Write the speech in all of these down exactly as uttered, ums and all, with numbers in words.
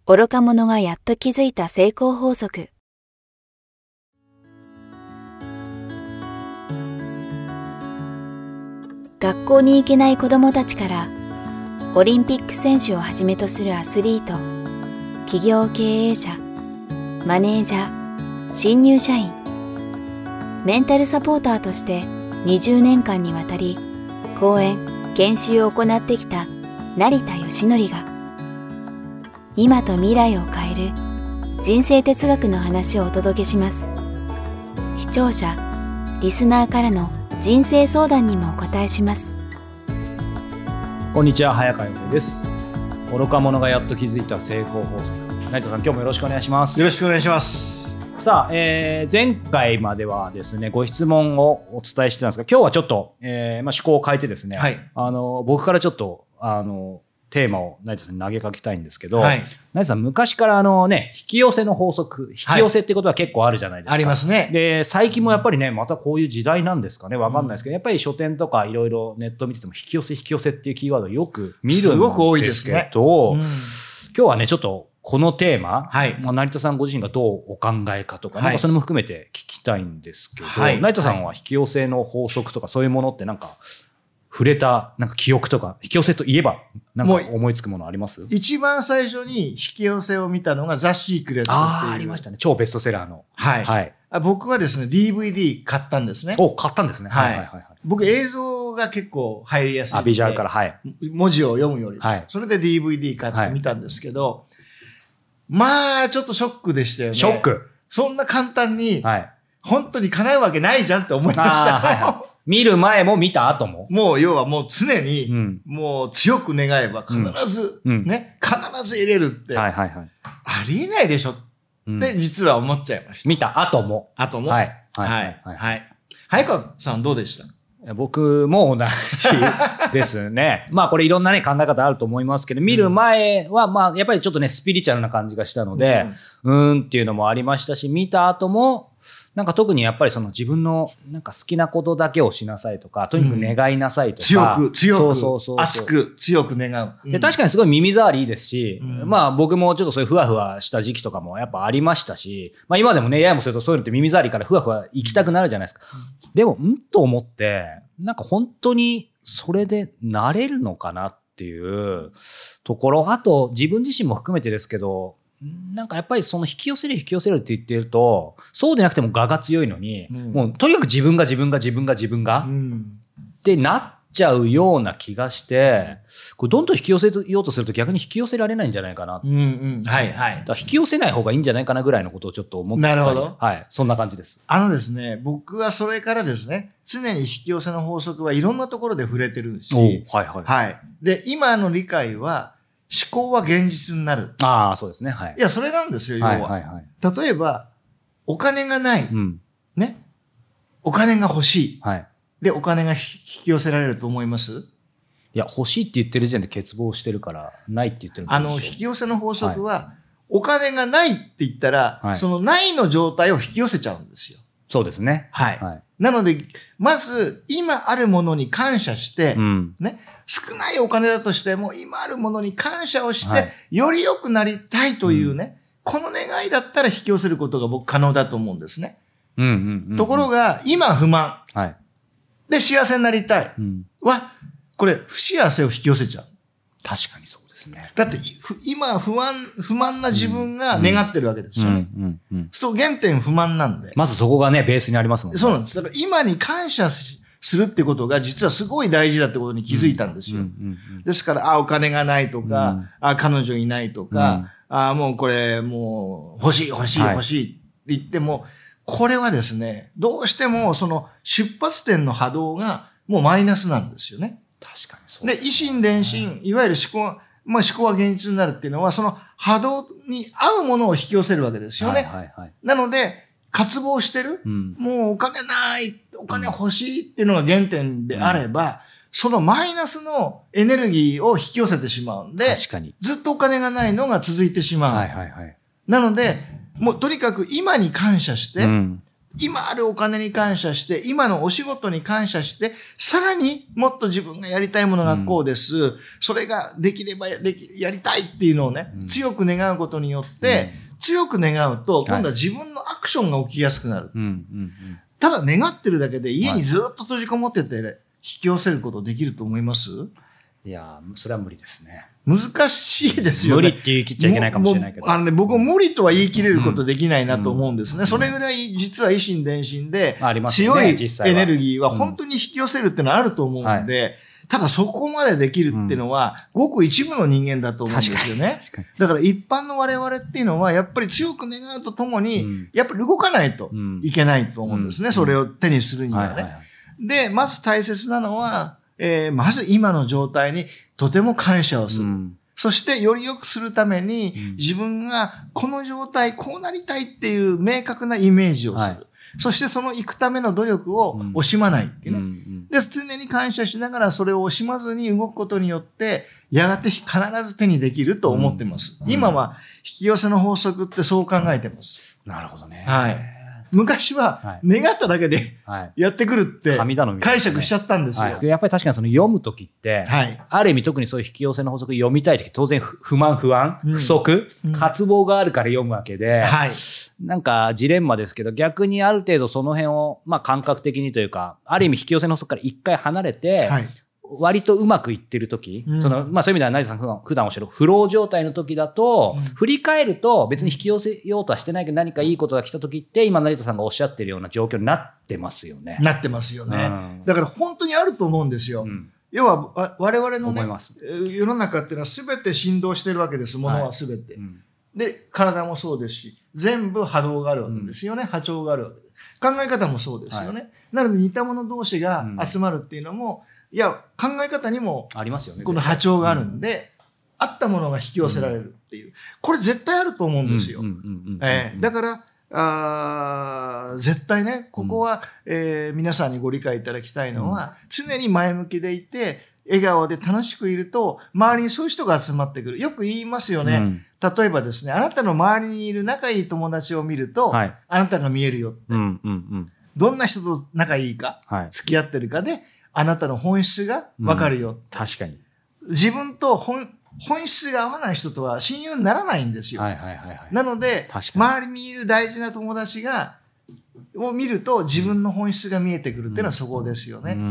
愚か者がやっと気づいた成功法則。学校に行けない子どもたちから、オリンピック選手をはじめとするアスリート、企業経営者、マネージャー、新入社員、メンタルサポーターとしてにじゅうねんかんにわたり講演・研修を行ってきた成田義則が、今と未来を変える人生哲学の話をお届けします。視聴者、リスナーからの人生相談にもお答えします。 こんにちは、早川洋平です。愚か者がやっと気づいた成功法則。成田さん、今日もよろしくお願いします。 よろしくお願いします。 さあ、えー、前回まではですね、ご質問をお伝えしてたんですが、今日はちょっと、えーまあ、趣向を変えてですね、はい、あの僕からちょっとあのテーマを成田さんに投げかけたいんですけど、はい、成田さん、昔からあの、ね、引き寄せの法則、引き寄せってことは結構あるじゃないですか。 はい、ありますね。 で、最近もやっぱりね、またこういう時代なんですかね、わかんないですけど、うん、やっぱり書店とかいろいろネット見てても、引き寄せ、引き寄せっていうキーワードをよく見るんですけど、すごく多いですね。うん、今日はね、ちょっとこのテーマ、はいまあ、成田さんご自身がどうお考えかとか、はい、なんかそれも含めて聞きたいんですけど、はい、成田さんは引き寄せの法則とかそういうものってなんか、触れたなんか記憶とか、引き寄せといえばなんか思いつくものあります？ 一番最初に引き寄せを見たのがザ・シークレットっていう。 ああ、ありましたね。超ベストセラーの。 はい。はい、僕はですね、ディーブイディー 買ったんですね。 お、買ったんですね。 はい。はいはいはい、僕映像が結構入りやすい。 あ、ビジュアルから、はい。 文字を読むより。はい。それで ディーブイディー 買ってみたんですけど、はい、まあ、ちょっとショックでしたよね。 ショック。 そんな簡単に、はい、本当に叶うわけないじゃんって思いました。はいはい見る前も見た後も。 もう要はもう常に、うん、もう強く願えば必ず、うん、ね、必ず入れるって、はいはいはい、ありえないでしょって実は思っちゃいました。 見た後も。 後も。 はい。 はい。はい。はいはい、早川さんどうでした？ 僕も同じですね。まあこれいろんなね考え方あると思いますけど、見る前はまあやっぱりちょっとねスピリチュアルな感じがしたので、うん、うーんっていうのもありましたし、見た後もなんか特にやっぱりその自分のなんか好きなことだけをしなさいとか、とにかく願いなさいとか、 うん、強く強くそうそうそうそう熱く強く願う、 うん、で確かにすごい耳障りいいですし、うん、まあ僕もちょっとそういうふわふわした時期とかもやっぱありましたし、まあ今でもねややもするとそういうのって耳障りからふわふわ行きたくなるじゃないですか、うん、でもんと思ってなんか本当にそれでなれるのかなっていうところ、あと自分自身も含めてですけど、なんかやっぱりその引き寄せる引き寄せるって言ってるとそうでなくても我が強いのに、うん、もうとにかく自分が自分が自分が自分が、うん、ってなっちゃうような気がして、これどんどん引き寄せようとすると逆に引き寄せられないんじゃないかな、 うんうんはいはい、 だから引き寄せない方がいいんじゃないかなぐらいのことをちょっと思ってたり。 なるほど、 はい、そんな感じです。 あのですね、僕はそれからですね、常に引き寄せの法則はいろんなところで触れてるし、 はいはいはい、で今の理解は思考は現実になる。 ああ、そうですね。はい。 いや、それなんですよ、要は。はいはいはい、例えば、お金がない、うん。ね。お金が欲しい。はい。で、お金が引き寄せられると思います？ いや、欲しいって言ってる時点で欠乏してるから、ないって言ってるんですよ。 あの、引き寄せの法則は、はい、お金がないって言ったら、はい、そのないの状態を引き寄せちゃうんですよ。 そうですね。 はい。はい、なので、まず、今あるものに感謝して、うん、ね。少ないお金だとしても、今あるものに感謝をして、はい、より良くなりたいというね、うん、この願いだったら引き寄せることが僕可能だと思うんですね。うんうんうんうん、ところが、今不満、はい、で幸せになりたいは、うん、これ不幸せを引き寄せちゃう。 確かにそうですね。 だって、今不安、不満な自分が願ってるわけですよね。うんうんうんうん、そう原点不満なんで。 まずそこがね、ベースにありますもんね。 そうなんです。だから今に感謝し、するってことが実はすごい大事だってことに気づいたんですよ。うんうんうん、ですから、あ、お金がないとか、うん、あ、彼女いないとか、うん、あ、もうこれ、もう欲しい欲しい欲しいって言っても、はい、これはですね、どうしてもその出発点の波動がもうマイナスなんですよね。 確かにそうですね。 で、以心伝心、いわゆる思考、まあ思考は現実になるっていうのは、その波動に合うものを引き寄せるわけですよね。はいはいはい、なので、渇望してる、うん、もうお金ない、お金欲しいっていうのが原点であれば、うん、そのマイナスのエネルギーを引き寄せてしまうんで、 確かにずっとお金がないのが続いてしまう。はいはいはい、なので、もうとにかく今に感謝して、うん、 今あるお金に感謝して、今のお仕事に感謝して、さらにもっと自分がやりたいものがこうです。うん、それができればできやりたいっていうのをね、うん、強く願うことによって、うん、強く願うと、今度は自分のアクションが起きやすくなる。はい、うんうんうん、ただ願ってるだけで家にずっと閉じこもってて、引き寄せることできると思います？ いやー、それは無理ですね。 難しいですよね。 無理って言い切っちゃいけないかもしれないけど。 あのね、僕も無理とは言い切れることできないなと思うんですね。うんうん、それぐらい実は維心伝心で、強いエネルギーは本当に引き寄せるっていうのはあると思うんで、うんはい、ただそこまでできるっていうのは、ごく一部の人間だと思うんですよね。だから一般の我々っていうのは、やっぱり強く願うとともに、やっぱり動かないといけないと思うんですね。それを手にするにはね。で、まず大切なのは、えー、まず今の状態にとても感謝をする。うん、そしてより良くするために、うん、自分がこの状態、こうなりたいっていう明確なイメージをする。はい、そしてその行くための努力を惜しまないっていうね。うんうんうん、で、常に感謝しながらそれを惜しまずに動くことによって、やがて必ず手にできると思ってます。うん、今は引き寄せの法則ってそう考えてます。 なるほどね。 はい。昔は願っただけでやってくるって解釈しちゃったんですよ。 はいはい、やっぱり確かにその読むときって、はい、ある意味特にそういう引き寄せの法則読みたいとき当然不満不安、うん、不足、うん、渇望があるから読むわけで、はい、なんかジレンマですけど逆にある程度その辺をまあ感覚的にというかある意味引き寄せの法則から一回離れて、はい、割とうまくいってる時、うん、そのまあそういう意味では成田さん普段普段おっしゃるフロー状態の時だと、うん、振り返ると別に引き寄せようとはしてないけど何かいいことが来た時って今成田さんがおっしゃってるような状況になってますよね。 なってますよね。うん、だから本当にあると思うんですよ。うん、要は我々のね世の中っていうのは全て振動してるわけです。ものは全て、はいうん、で体もそうですし全部波動があるわけですよね。うん、波長があるわけです。考え方もそうですよね。はい、なので似た者同士が集まるっていうのも、うんいや、考え方にも、ありますよね。この波長があるんで、あったものが引き寄せられるっていう。これ絶対あると思うんですよ。だから、あ絶対ね、ここは、うんえー、皆さんにご理解いただきたいのは、うん、常に前向きでいて、笑顔で楽しくいると、周りにそういう人が集まってくる。よく言いますよね。うん、例えばですね、あなたの周りにいる仲いい友達を見ると、はい、あなたが見えるよって、うんうんうん。どんな人と仲いいか、はい、付き合ってるかで、あなたの本質が分かるよ、うん。確かに。自分と本、本質が合わない人とは親友にならないんですよ。はいはいはいはい、なので、周りにいる大事な友達が、を見ると自分の本質が見えてくるっていうのはそこですよね。うんうん、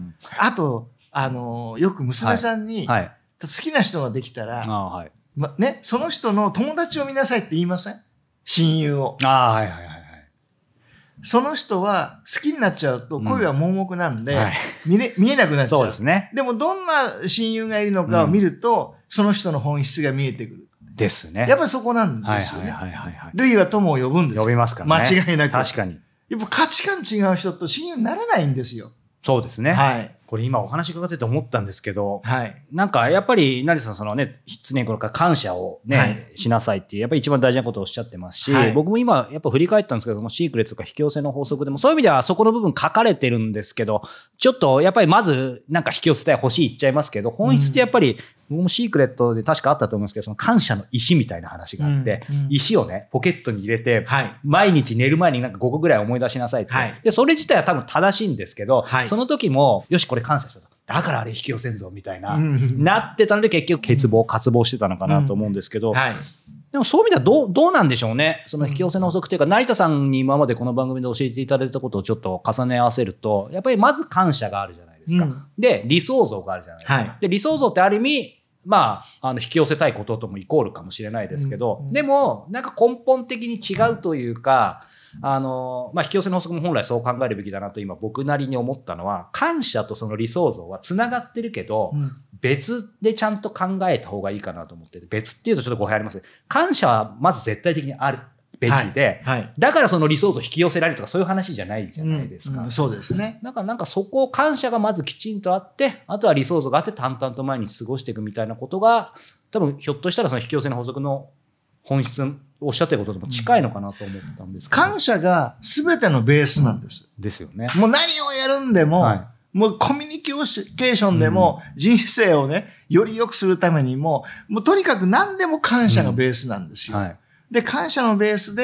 あと、あの、よく娘さんに、はいはい、好きな人ができたら、あはいま、ね、その人の友達を見なさいって言いません？親友を。あはいはいはい。その人は好きになっちゃうと声は盲目なんで、うんはい、見れ、見えなくなっちゃう。そうですね。でもどんな親友がいるのかを見ると、うん、その人の本質が見えてくる。ですね。やっぱりそこなんですよね。はいはいはいはい。類は友を呼ぶんですよ。呼びますからね。間違いなく。確かに。やっぱ価値観違う人と親友にならないんですよ。そうですね。はい。これ今お話伺ってて思ったんですけど、はい、なんかやっぱり成田さんそのね常にこれから感謝をね、はい、しなさいっていうやっぱり一番大事なことをおっしゃってますし、はい、僕も今やっぱ振り返ったんですけどそのシークレットとか引き寄せの法則でもそういう意味ではそこの部分書かれてるんですけどちょっとやっぱりまずなんか引き寄せたい欲しい言っちゃいますけど本質ってやっぱり、うん、僕もシークレットで確かあったと思うんですけどその感謝の石みたいな話があって、うんうん、石をねポケットに入れて、はい、毎日寝る前になんかごこぐらい思い出しなさいって、はい、でそれ自体は多分正しいんですけど、はい、その時もよしこれ感謝したとだからあれ引き寄せんぞみたいな、うん、なってたので結局欠乏渇望してたのかなと思うんですけど、うんはい、でもそういう意味ではどう、どうなんでしょうねその引き寄せの法則というか成田さんに今までこの番組で教えていただいたことをちょっと重ね合わせるとやっぱりまず感謝があるじゃないですか、うん、で理想像があるじゃないですか、はい、で理想像ってある意味まあ、あの引き寄せたいことともイコールかもしれないですけど、うん、でもなんか根本的に違うというかあの、まあ、引き寄せの法則も本来そう考えるべきだなと今僕なりに思ったのは感謝とその理想像はつながってるけど、うん、別でちゃんと考えた方がいいかなと思ってて別っていうとちょっと語弊あります感謝はまず絶対的にあるべきで、はいはい、だからその理想像を引き寄せられるとかそういう話じゃないじゃないですか、うんうん、そうですねだからなんかそこを感謝がまずきちんとあってあとは理想像があって淡々と毎日過ごしていくみたいなことが多分ひょっとしたらその引き寄せの法則の本質おっしゃってることとも近いのかなと思ったんですけど、うん、感謝が全てのベースなんです、うん、ですよねもう何をやるんでも、はいもうコミュニケーションでも人生をね、より良くするためにも、もうとにかく何でも感謝のベースなんですよ。うんはい、で、感謝のベースで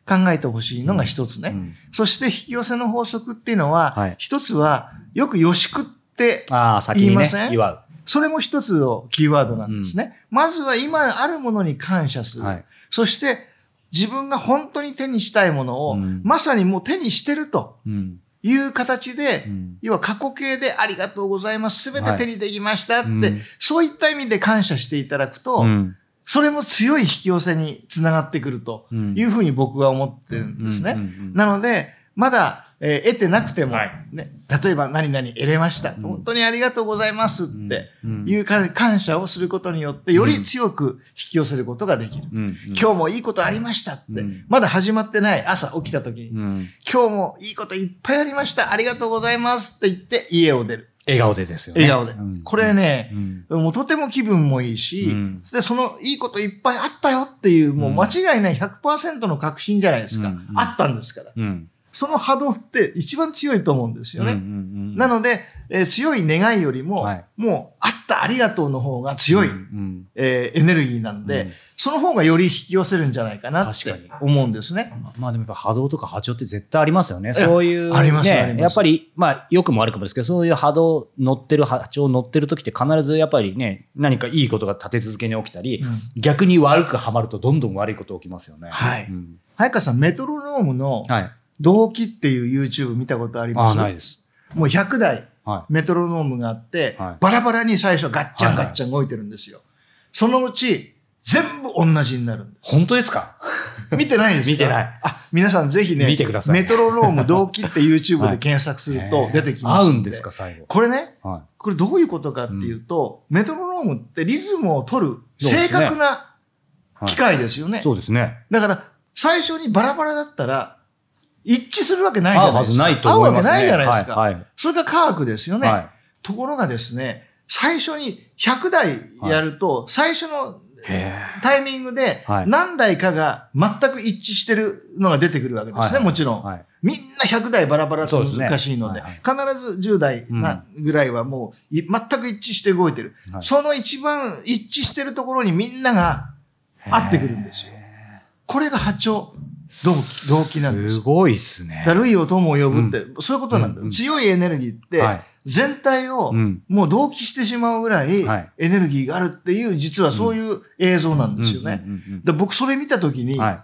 考えてほしいのが一つね、うんうん、そして引き寄せの法則っていうのは、はい、一つはよくよしくって言いません？あ、先にね、祝う。それも一つのキーワードなんですね、うん、まずは今あるものに感謝する、はい、そして自分が本当に手にしたいものを、うん、まさにもう手にしてるという形で、うん、要は過去形でありがとうございます、すべて手にできましたって、はい、そういった意味で感謝していただくと、うん、それも強い引き寄せにつながってくるというふうに僕は思ってるんですね。なので、まだ、えー、得てなくても、はい、ね、例えば何々得れました、うん、本当にありがとうございますっていうか、うん、感謝をすることによってより強く引き寄せることができる、うんうん、今日もいいことありましたって、うん、まだ始まってない朝起きた時に、うん、今日もいいこといっぱいありましたありがとうございますって言って家を出る。 笑顔でですよね。 笑顔で。うん、これね、うん、もうとても気分もいいし、うん、で、そのいいこといっぱいあったよっていう、もう間違いない ひゃくパーセント の確信じゃないですか。うん、あったんですから。うん、その波動って一番強いと思うんですよね。うんうんうん、なので、えー、強い願いよりも、はい、もうあったありがとうの方が強い、うんうんえー、エネルギーなんで、うん、その方がより引き寄せるんじゃないかなって思うんですね。 まあでもやっぱ波動とか波長って絶対ありますよね。そういう、ね、 ありますあります。 やっぱり、まあ良くも悪くもですけど、そういう波動乗ってる波長乗ってる時って必ずやっぱりね、何かいいことが立て続けに起きたり、うん、逆に悪くはまるとどんどん悪いこと起きますよね。 はい。うん、早川さん、メトロノームの、はい動機っていう YouTube 見たことあります？ あ、ないです。 もうひゃくだいメトロノームがあって、はい、バラバラに最初ガッチャンガッチャン動いてるんですよ。はいはい、そのうち全部同じになるんです。 本当ですか？ 見てないですか？ 見てない。 あ、皆さんぜひね、 見てください。 メトロノーム動機って YouTube で検索すると出てきますんで。 合うんですか、最後。 これね、はい、これどういうことかっていうと、うん、メトロノームってリズムを取る正確な機械ですよね。 そうですね。 だから最初にバラバラだったら、一致するわけないじゃないですか。 合うはずないと思いますね。 合うわけないじゃないですか。 はいはい、 それが科学ですよね、はい。ところがですね、最初にひゃくだいやると、はい、最初のタイミングで何台かが全く一致してるのが出てくるわけですね、はい、もちろん、はい。みんなひゃくだいバラバラと難しいので、でねはいはい、必ずじゅうだいなぐらいはもう全く一致して動いてる。はい、その一番一致してるところにみんなが合ってくるんですよ。これが波長。動機、動機なんです。 すごいっすね。 類を友を呼ぶって、うん、そういうことなんだ、うんうん。強いエネルギーって、全体をもう同期してしまうぐらいエネルギーがあるっていう、実はそういう映像なんですよね。で僕それ見たときに、はい、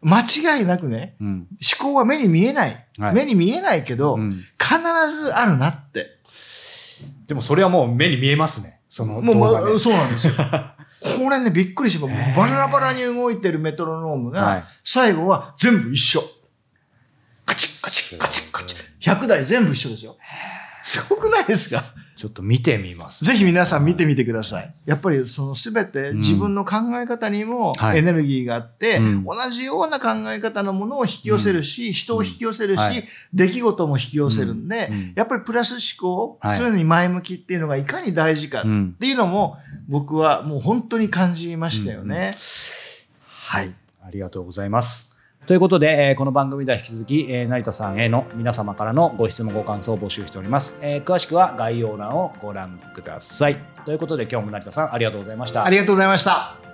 間違いなくね、うん、思考は目に見えない。はい、目に見えないけど、うん、必ずあるなって。 でもそれはもう目に見えますね。その動画で。 もう、ま、そうなんですよ。これね、びっくりして、バラバラに動いてるメトロノームが、最後は全部一緒。カチッカチッカチッカチッ。ひゃくだい全部一緒ですよ。すごくないですか？ ちょっと見てみます。 ぜひ皆さん見てみてください。やっぱりそのすべて自分の考え方にもエネルギーがあって、うん、同じような考え方のものを引き寄せるし、うん、人を引き寄せるし、うんはい、出来事も引き寄せるんで、うん、やっぱりプラス思考、はい、常に前向きっていうのがいかに大事かっていうのも僕はもう本当に感じましたよね。うんうん、 はい。ありがとうございます。ということで、えー、この番組では引き続き、えー、成田さんへの皆様からのご質問ご感想を募集しております、えー、詳しくは概要欄をご覧ください。ということで今日も成田さんありがとうございました。 ありがとうございました。